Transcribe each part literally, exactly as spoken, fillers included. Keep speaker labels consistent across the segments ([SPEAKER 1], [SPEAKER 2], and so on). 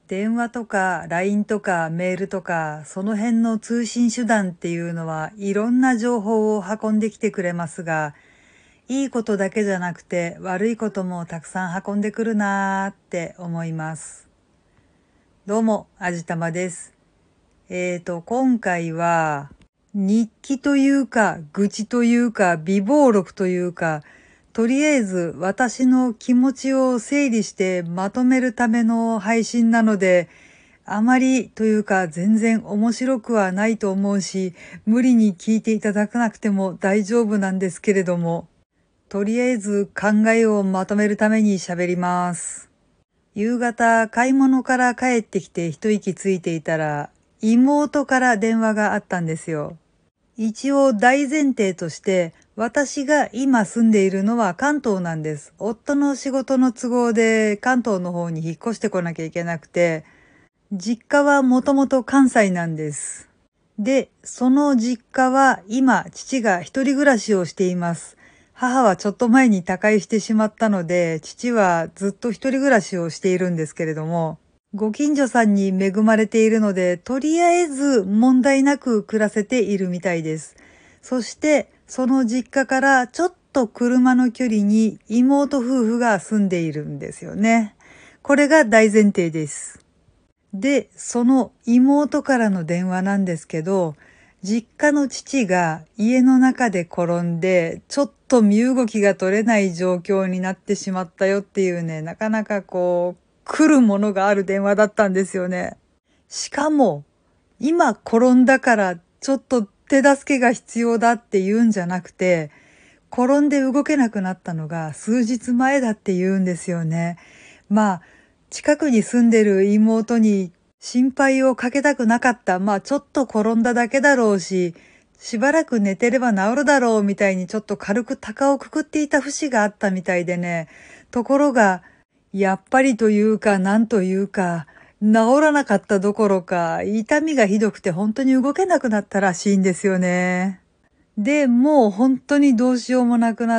[SPEAKER 1] 電話とか ライン とかメールとか、その辺の通信手段っていうのはいろんな情報を運んできてくれますが、いいことだけじゃなくて悪いこともたくさん運んでくるなーって思います。どうも、あじたまです。えーと、今回は日記というか、愚痴というか、備忘録というか、とりあえず私の気持ちを整理してまとめるための配信なので、あまりというか全然面白くはないと思うし、無理に聞いていただかなくても大丈夫なんですけれども、とりあえず考えをまとめるために喋ります。夕方買い物から帰ってきて一息ついていたら、妹から電話があったんですよ。一応大前提として、私が今住んでいるのは関東なんです。夫の仕事の都合で関東の方に引っ越してこなきゃいけなくて、実家はもともと関西なんです。で、その実家は今父が一人暮らしをしています。母はちょっと前に他界してしまったので、父はずっと一人暮らしをしているんですけれども、ご近所さんに恵まれているので、とりあえず問題なく暮らせているみたいです。そして、その実家からちょっと車の距離に妹夫婦が住んでいるんですよね。これが大前提です。で、その妹からの電話なんですけど、実家の父が家の中で転んで、ちょっと身動きが取れない状況になってしまったよっていうね、なかなかこう、来るものがある電話だったんですよね。しかも、今転んだからちょっと手助けが必要だって言うんじゃなくて、転んで動けなくなったのが数日前だって言うんですよね。まあ、近くに住んでる妹に心配をかけたくなかった。まあ、ちょっと転んだだけだろうし、しばらく寝てれば治るだろうみたいにちょっと軽く鷹をくくっていた節があったみたいでね。ところが、やっぱりというか、なんというか、治らなかったどころか、痛みがひどくて本当に動けなくなったらしいんですよね。で、もう本当にどうしようもなくなって、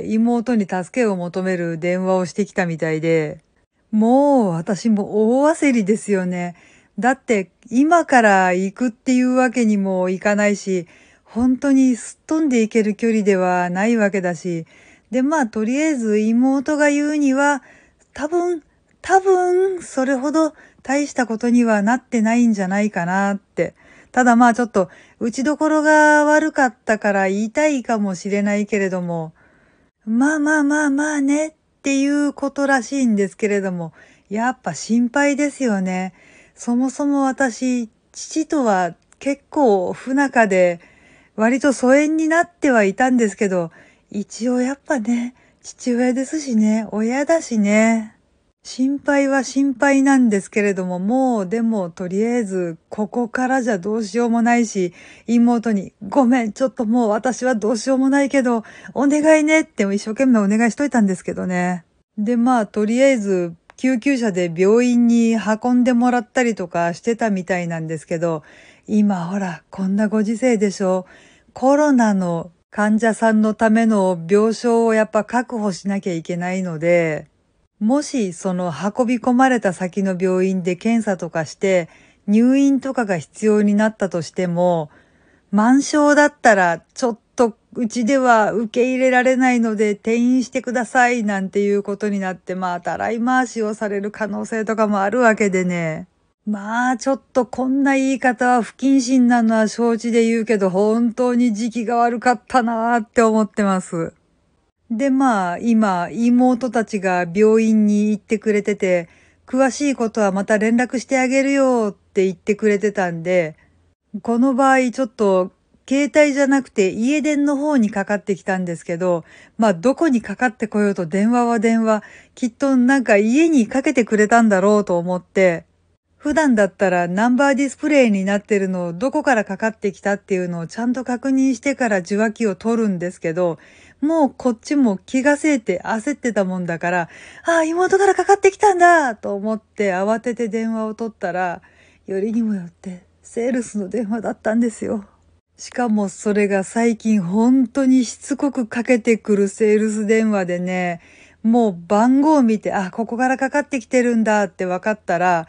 [SPEAKER 1] 妹に助けを求める電話をしてきたみたいで、もう私も大焦りですよね。だって今から行くっていうわけにもいかないし、本当にすっ飛んでいける距離ではないわけだし、で、まあとりあえず妹が言うには、多分、多分それほど大したことにはなってないんじゃないかなって。ただまあちょっと打ちどころが悪かったから言いたいかもしれないけれども、まあまあまあまあねっていうことらしいんですけれども、やっぱ心配ですよね。そもそも私、父とは結構不仲で、割と疎遠になってはいたんですけど、一応やっぱね、父親ですしね、親だしね。心配は心配なんですけれども、もうでもとりあえずここからじゃどうしようもないし、妹にごめん、ちょっともう私はどうしようもないけど、お願いねって一生懸命お願いしといたんですけどね。で、まあとりあえず救急車で病院に運んでもらったりとかしてたみたいなんですけど、今ほら、こんなご時世でしょ。コロナの患者さんのための病床をやっぱ確保しなきゃいけないので、もしその運び込まれた先の病院で検査とかして入院とかが必要になったとしても、満床だったらちょっとうちでは受け入れられないので転院してくださいなんていうことになって、まあたらい回しをされる可能性とかもあるわけでね。まあちょっとこんな言い方は不謹慎なのは承知で言うけど、本当に時期が悪かったなーって思ってます。で、まあ、今、妹たちが病院に行ってくれてて、詳しいことはまた連絡してあげるよって言ってくれてたんで、この場合ちょっと、携帯じゃなくて家電の方にかかってきたんですけど、まあ、どこにかかってこようと電話は電話、きっとなんか家にかけてくれたんだろうと思って、普段だったらナンバーディスプレイになってるのをどこからかかってきたっていうのをちゃんと確認してから受話器を取るんですけど、もうこっちも気がせいて焦ってたもんだから、ああ、妹からかかってきたんだと思って慌てて電話を取ったら、よりにもよってセールスの電話だったんですよ。しかもそれが最近本当にしつこくかけてくるセールス電話でね、もう番号を見て、あ、ここからかかってきてるんだって分かったら、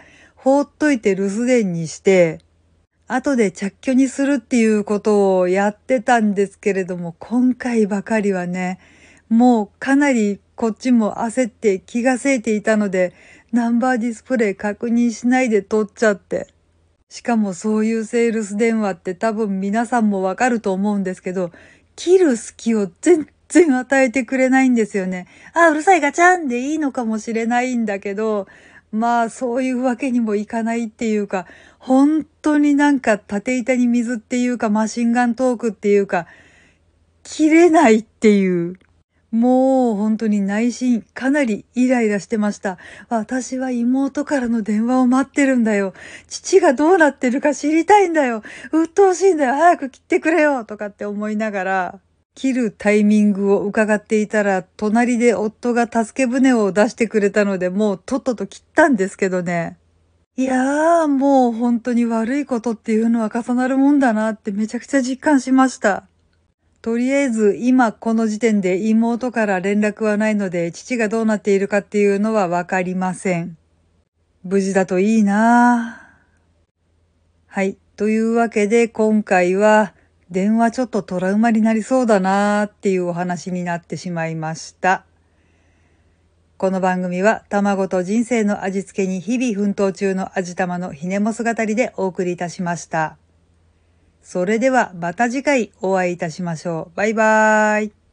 [SPEAKER 1] 放っといて留守電にして、後で着去にするっていうことをやってたんですけれども、今回ばかりはね、もうかなりこっちも焦って気がせいていたので、ナンバーディスプレイ確認しないで取っちゃって。しかもそういうセールス電話って多分皆さんもわかると思うんですけど、切る隙を全然与えてくれないんですよね。あ、うるさいガチャンでいいのかもしれないんだけど、まあそういうわけにもいかないっていうか、本当になんか縦板に水っていうかマシンガントークっていうか、切れないっていう。もう本当に内心かなりイライラしてました。私は妹からの電話を待ってるんだよ。父がどうなってるか知りたいんだよ。鬱陶しいんだよ。早く切ってくれよ。とかって思いながら、切るタイミングを伺っていたら、隣で夫が助け舟を出してくれたので、もうとっとと切ったんですけどね。いやー、もう本当に悪いことっていうのは重なるもんだなってめちゃくちゃ実感しました。とりあえず今この時点で妹から連絡はないので、父がどうなっているかっていうのはわかりません。無事だといいなぁ。はい。というわけで今回は電話ちょっとトラウマになりそうだなーっていうお話になってしまいました。この番組は卵と人生の味付けに日々奮闘中の味玉のひねもす語りでお送りいたしました。それではまた次回お会いいたしましょう。バイバーイ。